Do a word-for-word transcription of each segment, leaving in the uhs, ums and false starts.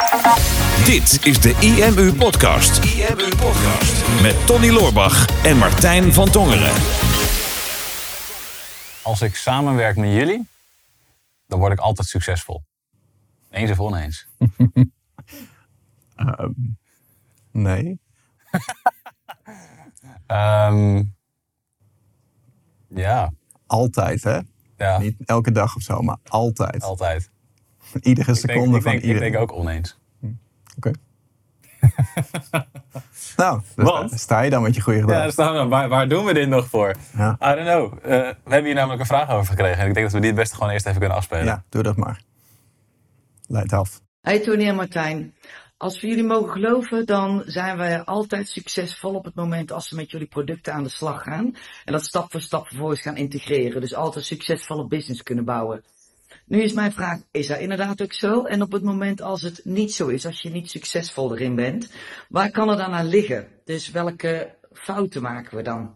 Dit is de I M U-podcast. I M U-podcast. Met Tony Loorbach en Martijn van Tongeren. Als ik samenwerk met jullie, dan word ik altijd succesvol. Eens of oneens? um, nee. um, ja. Altijd, hè? Ja. Niet elke dag of zo, maar altijd. Altijd. Iedere seconde ik denk, van ik denk, iedereen. Ik denk ook oneens. Oké. Okay. nou, dus Want? sta je dan met je goede gedachten. Ja, staan we dan. Waar, waar doen we dit nog voor? Ja. I don't know. Uh, we hebben hier namelijk een vraag over gekregen. En ik denk dat we die het beste gewoon eerst even kunnen afspelen. Ja, doe dat maar. Leid af. Hey Tony en Martijn. Als we jullie mogen geloven, dan zijn wij altijd succesvol op het moment als we met jullie producten aan de slag gaan. En dat stap voor stap vervolgens gaan integreren. Dus altijd een succesvolle business kunnen bouwen. Nu is mijn vraag, is dat inderdaad ook zo? En op het moment als het niet zo is, als je niet succesvol erin bent, waar kan er dan aan liggen? Dus welke fouten maken we dan?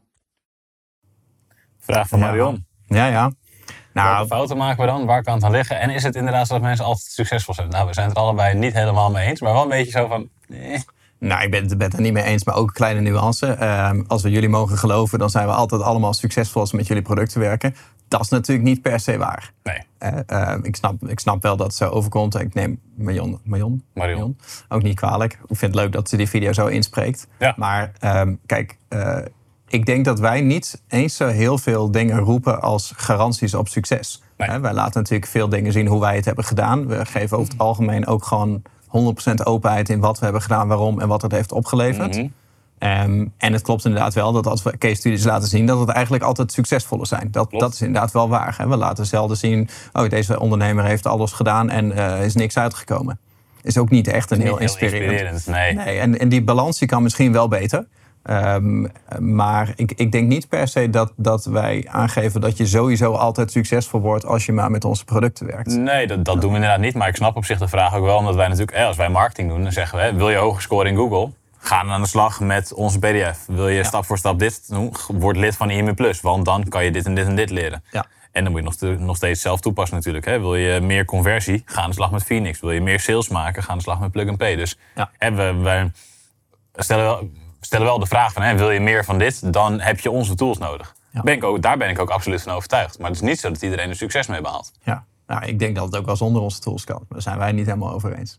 Vraag van Ja. Marion. Ja, ja. Welke Nou, fouten maken we dan? Waar kan het aan liggen? En is het inderdaad zo dat mensen altijd succesvol zijn? Nou, we zijn het er allebei niet helemaal mee eens. Maar wel een beetje zo van... Eh. nou ik ben het ben het er niet mee eens, maar ook een kleine nuance. Uh, als we jullie mogen geloven, dan zijn we altijd allemaal succesvol als we met jullie producten werken. Dat is natuurlijk niet per se waar. Nee. Uh, uh, ik, snap, ik snap wel dat het zo overkomt. Ik neem Marion, Marion, Marion. ook niet kwalijk. Ik vind het leuk dat ze die video zo inspreekt. Ja. Maar um, kijk, uh, ik denk dat wij niet eens zo heel veel dingen roepen als garanties op succes. Nee. Hè, wij laten natuurlijk veel dingen zien hoe wij het hebben gedaan. We geven over het algemeen ook gewoon honderd procent openheid in wat we hebben gedaan, waarom en wat het heeft opgeleverd. Mm-hmm. Um, en het klopt inderdaad wel dat als we case studies laten zien, dat het eigenlijk altijd succesvoller zijn. Dat, dat is inderdaad wel waar. Hè? We laten zelden zien, oh, deze ondernemer heeft alles gedaan en uh, is niks uitgekomen. Is ook niet echt een Niet heel, heel inspirerend. inspirerend, nee. nee en, en die balans die kan misschien wel beter. Um, maar ik, ik denk niet per se dat, dat wij aangeven dat je sowieso altijd succesvol wordt als je maar met onze producten werkt. Nee, dat, dat doen we inderdaad niet. Maar ik snap op zich de vraag ook wel. Omdat wij natuurlijk, eh, als wij marketing doen, dan zeggen we... Hè, wil je hoger scoren in Google? Ga dan aan de slag met onze P D F. Wil je ja. stap voor stap dit doen? Word lid van I M U plus. Want dan kan je dit en dit en dit leren. Ja. En dan moet je nog, te, nog steeds zelf toepassen natuurlijk. Hè. Wil je meer conversie? Ga aan de slag met Phoenix. Wil je meer sales maken? Ga aan de slag met Plug and Pay. Dus ja. hè, we, we stellen wel... We stellen wel de vraag van, hè, wil je meer van dit, dan heb je onze tools nodig. Ja. Ben ik ook, daar ben ik ook absoluut van overtuigd. Maar het is niet zo dat iedereen er succes mee behaalt. Ja, nou, ik denk dat het ook wel zonder onze tools kan. Daar zijn wij het niet helemaal over eens.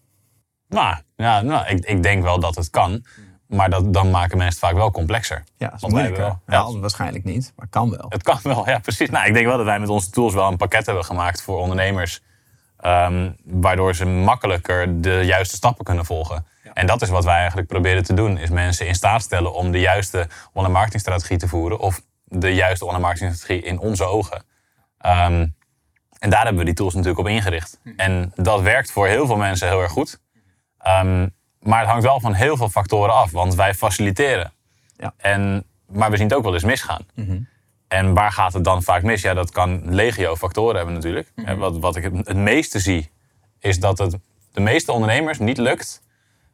Nou, ja, nou ik, ik denk wel dat het kan. Maar dat, dan maken mensen het vaak wel complexer. Ja, dat is Want moeilijk. wel, ja, ja, waarschijnlijk niet, maar kan wel. Het kan wel, ja precies. Nou, ik denk wel dat wij met onze tools wel een pakket hebben gemaakt voor ondernemers. Um, waardoor ze makkelijker de juiste stappen kunnen volgen. Ja. En dat is wat wij eigenlijk proberen te doen. Is mensen in staat stellen om de juiste online marketingstrategie te voeren. Of de juiste online marketingstrategie in onze ogen. Um, en daar hebben we die tools natuurlijk op ingericht. Hm. En dat werkt voor heel veel mensen heel erg goed. Um, maar het hangt wel van heel veel factoren af. Want wij faciliteren. Ja. En, maar we zien het ook wel eens misgaan. Mm-hmm. En waar gaat het dan vaak mis? Ja, dat kan legio factoren hebben natuurlijk. Mm-hmm. Wat, wat ik het meeste zie, is dat het de meeste ondernemers niet lukt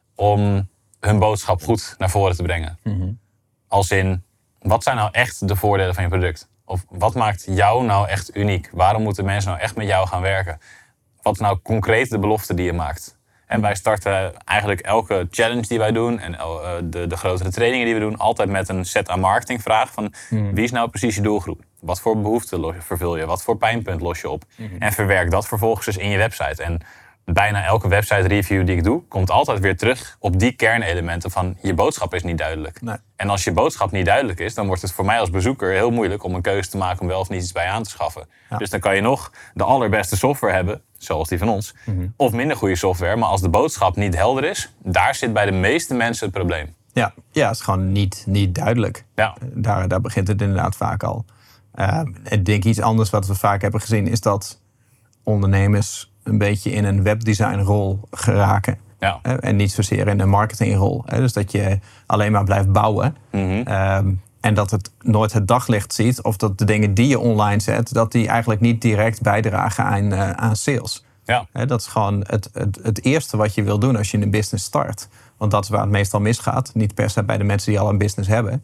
om hun boodschap goed naar voren te brengen. Mm-hmm. Als in, wat zijn nou echt de voordelen van je product? Of wat maakt jou nou echt uniek? Waarom moeten mensen nou echt met jou gaan werken? Wat is nou concreet de belofte die je maakt? En wij starten eigenlijk elke challenge die wij doen en de, de grotere trainingen die we doen, altijd met een set aan marketingvragen van mm. wie is nou precies je doelgroep? Wat voor behoeften vervul je? Wat voor pijnpunt los je op? Mm-hmm. En verwerk dat vervolgens dus in je website. En bijna elke website review die ik doe, komt altijd weer terug op die kernelementen van je boodschap is niet duidelijk. Nee. En als je boodschap niet duidelijk is, dan wordt het voor mij als bezoeker heel moeilijk om een keuze te maken om wel of niet iets bij aan te schaffen. Ja. Dus dan kan je nog de allerbeste software hebben, zoals die van ons, mm-hmm. of minder goede software. Maar als de boodschap niet helder is, daar zit bij de meeste mensen het probleem. Ja, ja, het is gewoon niet, niet duidelijk. Ja. Daar, daar begint het inderdaad vaak al. Uh, ik denk iets anders wat we vaak hebben gezien is dat ondernemers een beetje in een webdesignrol geraken. Ja. En niet zozeer in een marketingrol. Dus dat je alleen maar blijft bouwen. Mm-hmm. Um, en dat het nooit het daglicht ziet. Of dat de dingen die je online zet, dat die eigenlijk niet direct bijdragen aan, uh, aan sales. Ja. Dat is gewoon het, het, het eerste wat je wil doen als je een business start. Want dat is waar het meestal misgaat. Niet per se bij de mensen die al een business hebben.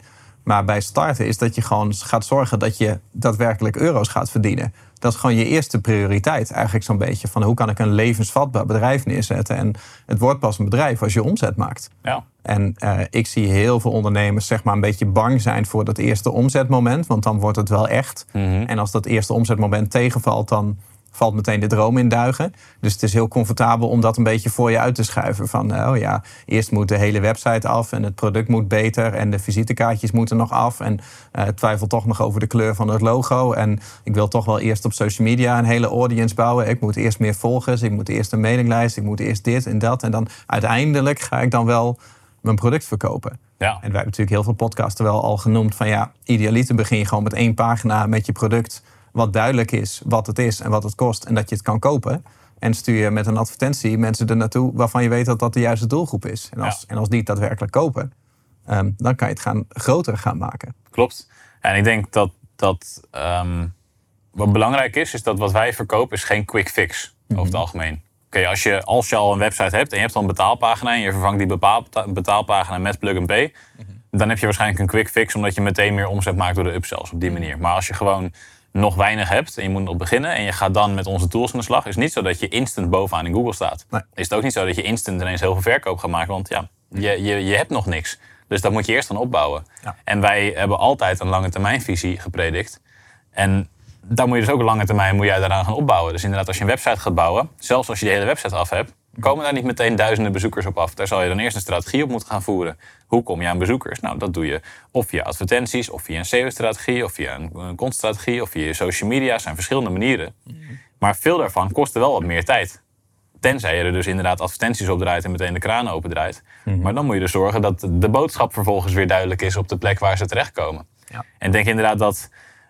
Maar bij starten is dat je gewoon gaat zorgen dat je daadwerkelijk euro's gaat verdienen. Dat is gewoon je eerste prioriteit. Eigenlijk zo'n beetje van hoe kan ik een levensvatbaar bedrijf neerzetten. En het wordt pas een bedrijf als je omzet maakt. Ja. En uh, ik zie heel veel ondernemers zeg maar een beetje bang zijn voor dat eerste omzetmoment. Want dan wordt het wel echt. Mm-hmm. En als dat eerste omzetmoment tegenvalt, dan valt meteen de droom in duigen. Dus het is heel comfortabel om dat een beetje voor je uit te schuiven. Van, oh ja, eerst moet de hele website af en het product moet beter en de visitekaartjes moeten nog af. En uh, twijfel toch nog over de kleur van het logo. En ik wil toch wel eerst op social media een hele audience bouwen. Ik moet eerst meer volgers, ik moet eerst een mailinglijst, ik moet eerst dit en dat. En dan uiteindelijk ga ik dan wel mijn product verkopen. Ja. En wij hebben natuurlijk heel veel podcasten wel al genoemd van ja, idealiter begin je gewoon met één pagina met je product, wat duidelijk is wat het is en wat het kost en dat je het kan kopen. En stuur je met een advertentie mensen er naartoe waarvan je weet dat dat de juiste doelgroep is. En als, ja. en als die het daadwerkelijk kopen, um, dan kan je het gaan, groter gaan maken. Klopt. En ik denk dat, dat um, wat belangrijk is, is dat wat wij verkopen is geen quick fix mm-hmm. over het algemeen. Okay, als, je, als je al een website hebt en je hebt al een betaalpagina en je vervangt die bepaal, betaalpagina met plug and pay, mm-hmm. dan heb je waarschijnlijk een quick fix omdat je meteen meer omzet maakt door de upsells op die manier. Maar als je gewoon nog weinig hebt en je moet nog beginnen en je gaat dan met onze tools aan de slag, is het niet zo dat je instant bovenaan in Google staat. Nee. Is het ook niet zo dat je instant ineens heel veel verkoop gaat maken, want ja, je, je, je hebt nog niks. Dus dat moet je eerst dan opbouwen. Ja. En wij hebben altijd een lange termijnvisie gepredikt. En dan moet je dus ook een lange termijn moet je daaraan gaan opbouwen. Dus inderdaad, als je een website gaat bouwen, zelfs als je de hele website af hebt, komen daar niet meteen duizenden bezoekers op af. Daar zal je dan eerst een strategie op moeten gaan voeren. Hoe kom je aan bezoekers? Nou, dat doe je of via advertenties, of via een S E O-strategie, of via een contentstrategie, of via je social media. Er zijn verschillende manieren. Maar veel daarvan kostte wel wat meer tijd. Tenzij je er dus inderdaad advertenties op draait en meteen de kraan opendraait. Mm-hmm. Maar dan moet je er zorgen dat de boodschap vervolgens weer duidelijk is op de plek waar ze terechtkomen. Ja. En ik denk inderdaad dat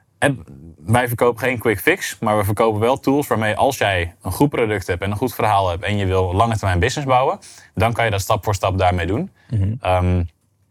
wij verkopen geen quick fix, maar we verkopen wel tools waarmee als jij een goed product hebt en een goed verhaal hebt en je wil lange termijn business bouwen, dan kan je dat stap voor stap daarmee doen. Mm-hmm. Um,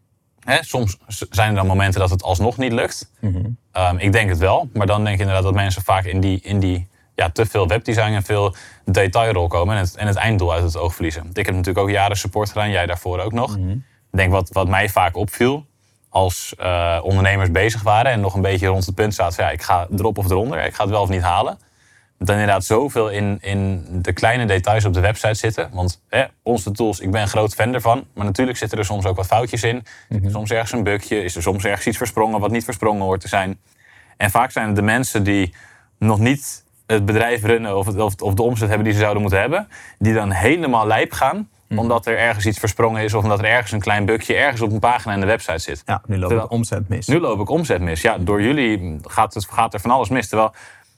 hè, soms zijn er dan momenten dat het alsnog niet lukt. Mm-hmm. Um, ik denk het wel, maar dan denk ik inderdaad dat mensen vaak in die, in die ja, te veel webdesign en veel detailrol komen en het, en het einddoel uit het oog verliezen. Ik heb natuurlijk ook jaren support gedaan, jij daarvoor ook nog. Mm-hmm. Ik denk wat, wat mij vaak opviel, als uh, ondernemers bezig waren en nog een beetje rond het punt zaten van ja, ik ga erop of eronder, ik ga het wel of niet halen. Dan inderdaad zoveel in, in de kleine details op de website zitten. Want hè, onze tools, ik ben een groot fan ervan, maar natuurlijk zitten er soms ook wat foutjes in. Mm-hmm. Soms ergens een bugje, is er soms ergens iets versprongen wat niet versprongen hoort te zijn. En vaak zijn het de mensen die nog niet het bedrijf runnen of, het, of, of de omzet hebben die ze zouden moeten hebben, die dan helemaal lijp gaan, omdat er ergens iets versprongen is of omdat er ergens een klein bugje ergens op een pagina in de website zit. Ja, nu loop ik omzet mis. Nu loop ik omzet mis. Ja, door jullie gaat, het, gaat er van alles mis. Terwijl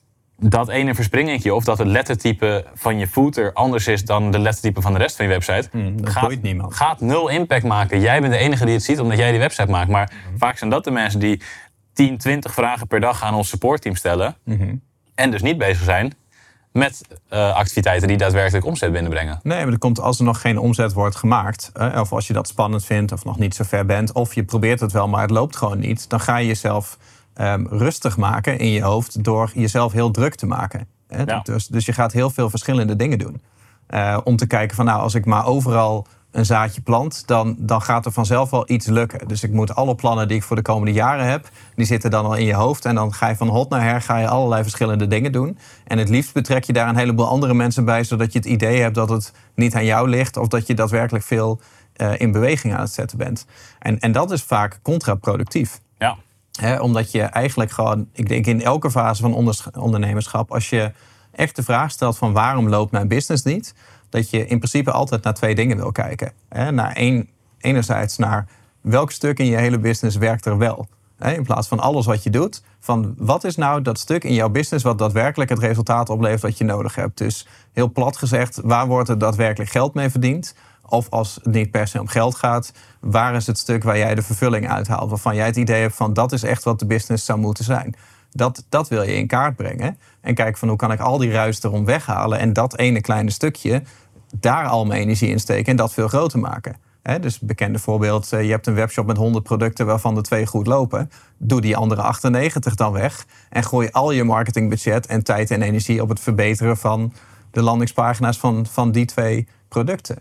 dat ene verspringingje of dat het lettertype van je footer anders is dan de lettertype van de rest van je website, mm, dat gaat, boeit niemand. gaat nul impact maken. Jij bent de enige die het ziet omdat jij die website maakt. Maar mm. vaak zijn dat de mensen die tien, twintig vragen per dag aan ons supportteam stellen mm-hmm. en dus niet bezig zijn met uh, activiteiten die daadwerkelijk omzet binnenbrengen. Nee, maar er komt, als er nog geen omzet wordt gemaakt, uh, of als je dat spannend vindt of nog niet zo ver bent, of je probeert het wel, maar het loopt gewoon niet, dan ga je jezelf um, rustig maken in je hoofd door jezelf heel druk te maken. Hè? Ja. Dus, dus je gaat heel veel verschillende dingen doen. Uh, om te kijken van nou, als ik maar overal een zaadje plant, dan, dan gaat er vanzelf wel iets lukken. Dus ik moet alle plannen die ik voor de komende jaren heb, die zitten dan al in je hoofd. En dan ga je van hot naar her, ga je allerlei verschillende dingen doen. En het liefst betrek je daar een heleboel andere mensen bij, zodat je het idee hebt dat het niet aan jou ligt, of dat je daadwerkelijk veel uh, in beweging aan het zetten bent. En, en dat is vaak contraproductief. Ja. He, omdat je eigenlijk gewoon, ik denk in elke fase van onders- ondernemerschap, als je echt de vraag stelt van waarom loopt mijn business niet, dat je in principe altijd naar twee dingen wil kijken. He, naar één, enerzijds naar welk stuk in je hele business werkt er wel. He, in plaats van alles wat je doet. Van wat is nou dat stuk in jouw business wat daadwerkelijk het resultaat oplevert wat je nodig hebt. Dus heel plat gezegd, waar wordt er daadwerkelijk geld mee verdiend? Of als het niet per se om geld gaat, waar is het stuk waar jij de vervulling uithaalt? Waarvan jij het idee hebt van dat is echt wat de business zou moeten zijn. Dat, dat wil je in kaart brengen. En kijken van hoe kan ik al die ruis erom weghalen en dat ene kleine stukje, daar al mijn energie in steken en dat veel groter maken. He, dus bekende voorbeeld, je hebt een webshop met honderd producten waarvan de twee goed lopen. Doe die andere achtennegentig dan weg en gooi al je marketingbudget en tijd en energie op het verbeteren van de landingspagina's van, van die twee producten.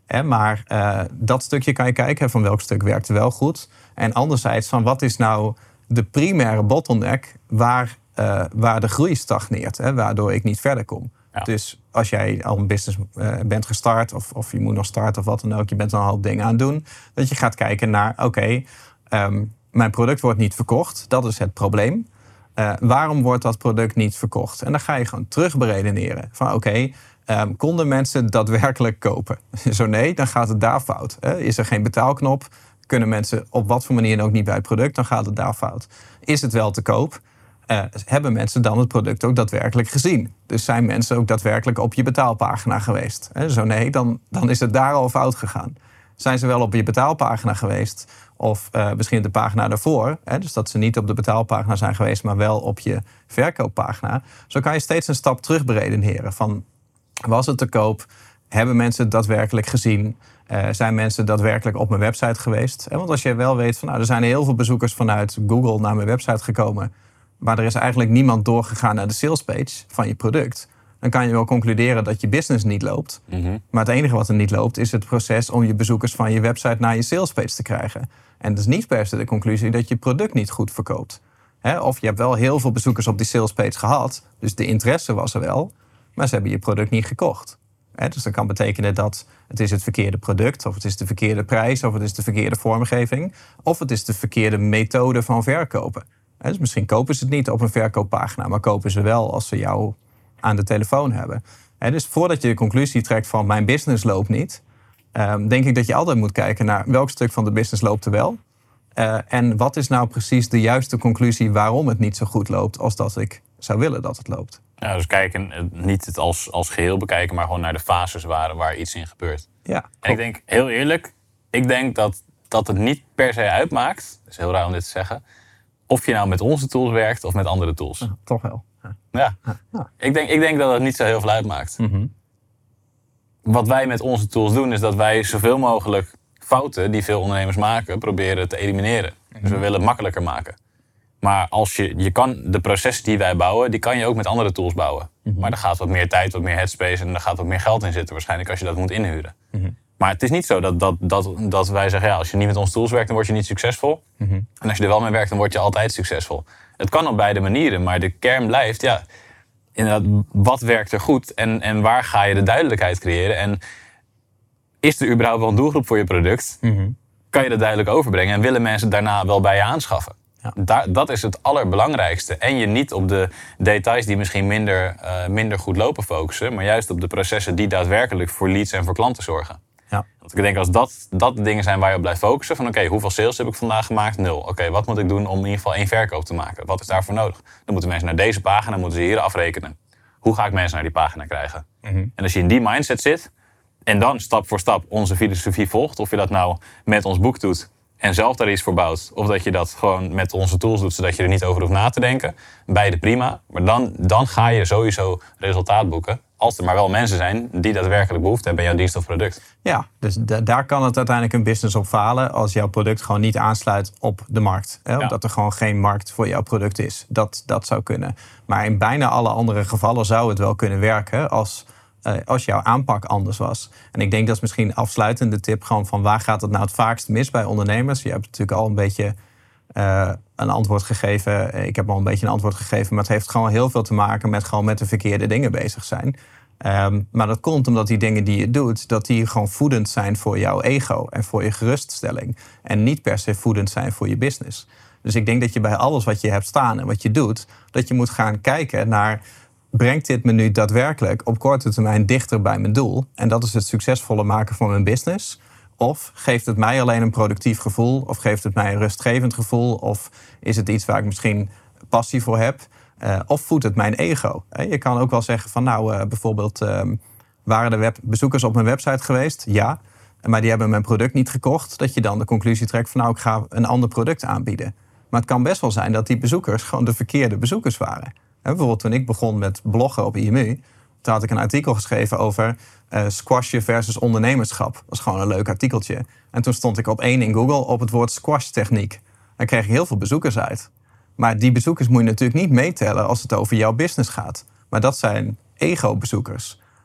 Hè, maar uh, dat stukje kan je kijken van welk stuk werkt er wel goed. En anderzijds van wat is nou de primaire bottleneck waar, uh, waar de groei stagneert. Hè, waardoor ik niet verder kom. Ja. Dus als jij al een business uh, bent gestart of, of je moet nog starten of wat dan ook. Je bent dan een hoop dingen aan het doen. Dat je gaat kijken naar oké, okay, um, mijn product wordt niet verkocht. Dat is het probleem. Uh, waarom wordt dat product niet verkocht? En dan ga je gewoon terug beredeneren. Van oké, okay, um, konden mensen daadwerkelijk kopen? Zo nee, dan gaat het daar fout. Hè? Is er geen betaalknop? Kunnen mensen op wat voor manier dan ook niet bij het product? Dan gaat het daar fout. Is het wel te koop? Uh, hebben mensen dan het product ook daadwerkelijk gezien? Dus zijn mensen ook daadwerkelijk op je betaalpagina geweest? Hè? Zo nee, dan, dan is het daar al fout gegaan. Zijn ze wel op je betaalpagina geweest? Of uh, misschien de pagina daarvoor. Hè? Dus dat ze niet op de betaalpagina zijn geweest, maar wel op je verkooppagina. Zo kan je steeds een stap terug beredeneren. Van, was het te koop? Hebben mensen het daadwerkelijk gezien? Uh, zijn mensen daadwerkelijk op mijn website geweest? Hè? Want als je wel weet van, nou, er zijn heel veel bezoekers vanuit Google naar mijn website gekomen, maar er is eigenlijk niemand doorgegaan naar de salespage van je product, dan kan je wel concluderen dat je business niet loopt. Mm-hmm. Maar het enige wat er niet loopt is het proces om je bezoekers van je website naar je salespage te krijgen. En dat is niet per se de conclusie dat je product niet goed verkoopt. He, of je hebt wel heel veel bezoekers op die salespage gehad, dus de interesse was er wel, maar ze hebben je product niet gekocht. He, dus dat kan betekenen dat het is het verkeerde product, of het is de verkeerde prijs, of het is de verkeerde vormgeving, of het is de verkeerde methode van verkopen. He, dus misschien kopen ze het niet op een verkooppagina, maar kopen ze wel als ze jou aan de telefoon hebben. He, dus voordat je de conclusie trekt van mijn business loopt niet, Um, denk ik dat je altijd moet kijken naar welk stuk van de business loopt er wel. Uh, en wat is nou precies de juiste conclusie waarom het niet zo goed loopt als dat ik zou willen dat het loopt. Ja, dus kijken, niet het als, als geheel bekijken, maar gewoon naar de fases waar, waar iets in gebeurt. Ja, en ik denk, heel eerlijk, ik denk dat, dat het niet per se uitmaakt, het is heel raar om dit te zeggen, of je nou met onze tools werkt of met andere tools. Ja, toch wel. Ja, ja. ja. ja. Ik, denk, ik denk dat het niet zo heel veel uitmaakt. Mm-hmm. Wat wij met onze tools doen, is dat wij zoveel mogelijk fouten die veel ondernemers maken, proberen te elimineren. Mm-hmm. Dus we willen het makkelijker maken. Maar als je, je kan de processen die wij bouwen, die kan je ook met andere tools bouwen. Mm-hmm. Maar daar gaat wat meer tijd, wat meer headspace en daar gaat wat meer geld in zitten waarschijnlijk als je dat moet inhuren. Mm-hmm. Maar het is niet zo dat, dat, dat, dat wij zeggen, ja, als je niet met onze tools werkt, dan word je niet succesvol. Mm-hmm. En als je er wel mee werkt, dan word je altijd succesvol. Het kan op beide manieren, maar de kern blijft, ja, inderdaad, wat werkt er goed en, en waar ga je de duidelijkheid creëren? En is er überhaupt wel een doelgroep voor je product? Mm-hmm. Kan je dat duidelijk overbrengen en willen mensen daarna wel bij je aanschaffen? Ja. Daar, dat is het allerbelangrijkste. En je niet op de details die misschien minder, uh, minder goed lopen focussen, maar juist op de processen die daadwerkelijk voor leads en voor klanten zorgen. Ja. Want ik denk als dat, dat de dingen zijn waar je op blijft focussen, van oké, okay, hoeveel sales heb ik vandaag gemaakt? Nul. Oké, okay, wat moet ik doen om in ieder geval één verkoop te maken? Wat is daarvoor nodig? Dan moeten mensen naar deze pagina, moeten ze hier afrekenen. Hoe ga ik mensen naar die pagina krijgen? Mm-hmm. En als je in die mindset zit en dan stap voor stap onze filosofie volgt, of je dat nou met ons boek doet en zelf daar iets voor bouwt, of dat je dat gewoon met onze tools doet, zodat je er niet over hoeft na te denken. Beide prima. Maar dan, dan ga je sowieso resultaat boeken. Als er maar wel mensen zijn die daadwerkelijk behoefte hebben aan jouw dienst of product. Ja, dus d- daar kan het uiteindelijk een business op falen als jouw product gewoon niet aansluit op de markt. Hè? Ja. Omdat er gewoon geen markt voor jouw product is. Dat, dat zou kunnen. Maar in bijna alle andere gevallen zou het wel kunnen werken als, uh, als jouw aanpak anders was. En ik denk dat is misschien een afsluitende tip gewoon van waar gaat het nou het vaakst mis bij ondernemers? Je hebt natuurlijk al een beetje uh, een antwoord gegeven. Ik heb al een beetje een antwoord gegeven. Maar het heeft gewoon heel veel te maken met gewoon met de verkeerde dingen bezig zijn. Um, maar dat komt omdat die dingen die je doet, dat die gewoon voedend zijn voor jouw ego en voor je geruststelling. En niet per se voedend zijn voor je business. Dus ik denk dat je bij alles wat je hebt staan en wat je doet, dat je moet gaan kijken naar, brengt dit me nu daadwerkelijk op korte termijn dichter bij mijn doel? En dat is het succesvolle maken van mijn business. Of geeft het mij alleen een productief gevoel? Of geeft het mij een rustgevend gevoel? Of is het iets waar ik misschien passie voor heb? Uh, of voedt het mijn ego? Uh, je kan ook wel zeggen van nou, uh, bijvoorbeeld, um, waren er web- bezoekers op mijn website geweest? Ja, maar die hebben mijn product niet gekocht. Dat je dan de conclusie trekt van nou, ik ga een ander product aanbieden. Maar het kan best wel zijn dat die bezoekers gewoon de verkeerde bezoekers waren. Uh, bijvoorbeeld toen ik begon met bloggen op I M U, toen had ik een artikel geschreven over uh, squashen versus ondernemerschap. Dat was gewoon een leuk artikeltje. En toen stond ik op één in Google op het woord squash techniek. Daar kreeg ik heel veel bezoekers uit. Maar die bezoekers moet je natuurlijk niet meetellen als het over jouw business gaat. Maar dat zijn ego-bezoekers.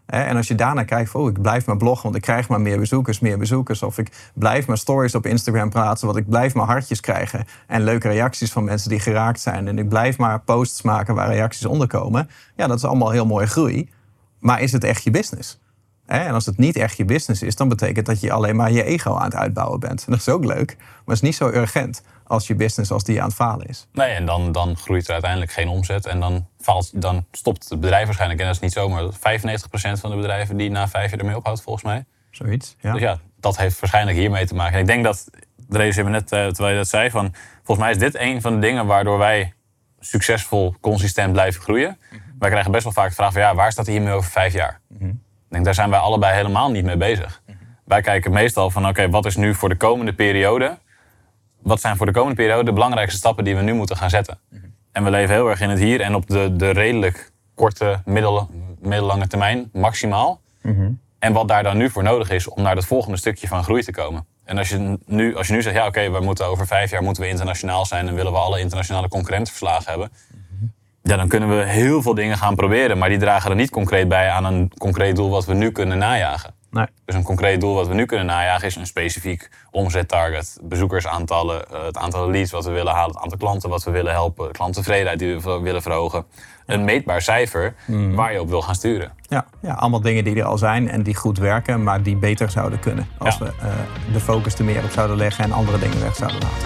En als je daarna kijkt van, oh, ik blijf maar bloggen, want ik krijg maar meer bezoekers, meer bezoekers. Of ik blijf maar stories op Instagram plaatsen, want ik blijf maar hartjes krijgen. En leuke reacties van mensen die geraakt zijn. En ik blijf maar posts maken waar reacties onder komen. Ja, dat is allemaal heel mooie groei. Maar is het echt je business? En als het niet echt je business is, dan betekent dat je alleen maar je ego aan het uitbouwen bent. En dat is ook leuk, maar het is niet zo urgent als je business als die aan het falen is. Nee, en dan, dan groeit er uiteindelijk geen omzet en dan, faalt, dan stopt het bedrijf waarschijnlijk. En dat is niet zomaar vijfennegentig procent van de bedrijven die na vijf jaar ermee ophoudt, volgens mij. Zoiets, ja. Dus ja, dat heeft waarschijnlijk hiermee te maken. En ik denk dat, de reden net, uh, terwijl je dat zei, van, volgens mij is dit een van de dingen waardoor wij succesvol, consistent blijven groeien. Mm-hmm. Wij krijgen best wel vaak de vraag van, ja, waar staat hij hiermee over vijf jaar? Mm-hmm. Ik denk, daar zijn wij allebei helemaal niet mee bezig. Mm-hmm. Wij kijken meestal van, oké, okay, wat is nu voor de komende periode... Wat zijn voor de komende periode de belangrijkste stappen die we nu moeten gaan zetten? Mm-hmm. En we leven heel erg in het hier en op de, de redelijk korte, middel, middellange termijn, maximaal. Mm-hmm. En wat daar dan nu voor nodig is om naar het volgende stukje van groei te komen. En als je nu, als je nu zegt, ja oké, okay, we moeten over vijf jaar moeten we internationaal zijn en willen we alle internationale concurrenten verslagen hebben. Mm-hmm. Ja, dan kunnen we heel veel dingen gaan proberen, maar die dragen er niet concreet bij aan een concreet doel wat we nu kunnen najagen. Nee. Dus een concreet doel wat we nu kunnen najagen is een specifiek omzettarget, bezoekersaantallen, het aantal leads wat we willen halen, het aantal klanten wat we willen helpen, klanttevredenheid die we willen verhogen. Een meetbaar cijfer mm. waar je op wil gaan sturen. Ja, ja, allemaal dingen die er al zijn en die goed werken, maar die beter zouden kunnen. Als ja. we uh, de focus er meer op zouden leggen en andere dingen weg zouden laten.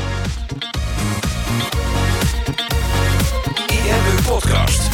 I M U Podcast.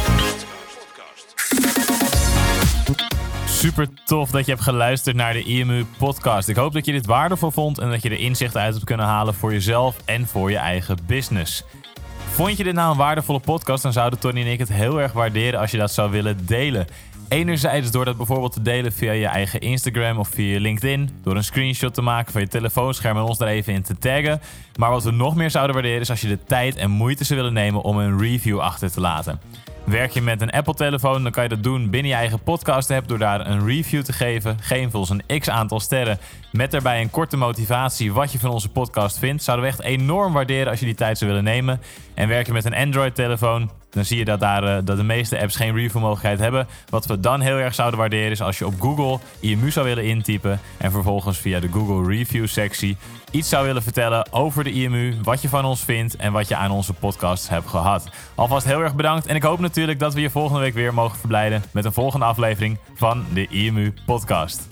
Super tof dat je hebt geluisterd naar de I M U podcast. Ik hoop dat je dit waardevol vond en dat je er inzichten uit hebt kunnen halen voor jezelf en voor je eigen business. Vond je dit nou een waardevolle podcast, dan zouden Tony en ik het heel erg waarderen als je dat zou willen delen. Enerzijds door dat bijvoorbeeld te delen via je eigen Instagram of via je LinkedIn. Door een screenshot te maken van je telefoonscherm en ons er even in te taggen. Maar wat we nog meer zouden waarderen is als je de tijd en moeite zou willen nemen om een review achter te laten. Werk je met een Apple-telefoon, dan kan je dat doen binnen je eigen podcast-app door daar een review te geven. Geef ons een x-aantal sterren met daarbij een korte motivatie wat je van onze podcast vindt. Zouden we echt enorm waarderen als je die tijd zou willen nemen. En werk je met een Android-telefoon, dan zie je dat, daar, uh, dat de meeste apps geen review-mogelijkheid hebben. Wat we dan heel erg zouden waarderen is als je op Google I M U zou willen intypen en vervolgens via de Google Review-sectie iets zou willen vertellen over de I M U, wat je van ons vindt en wat je aan onze podcast hebt gehad. Alvast heel erg bedankt en ik hoop natuurlijk dat we je volgende week weer mogen verblijden met een volgende aflevering van de I M U podcast.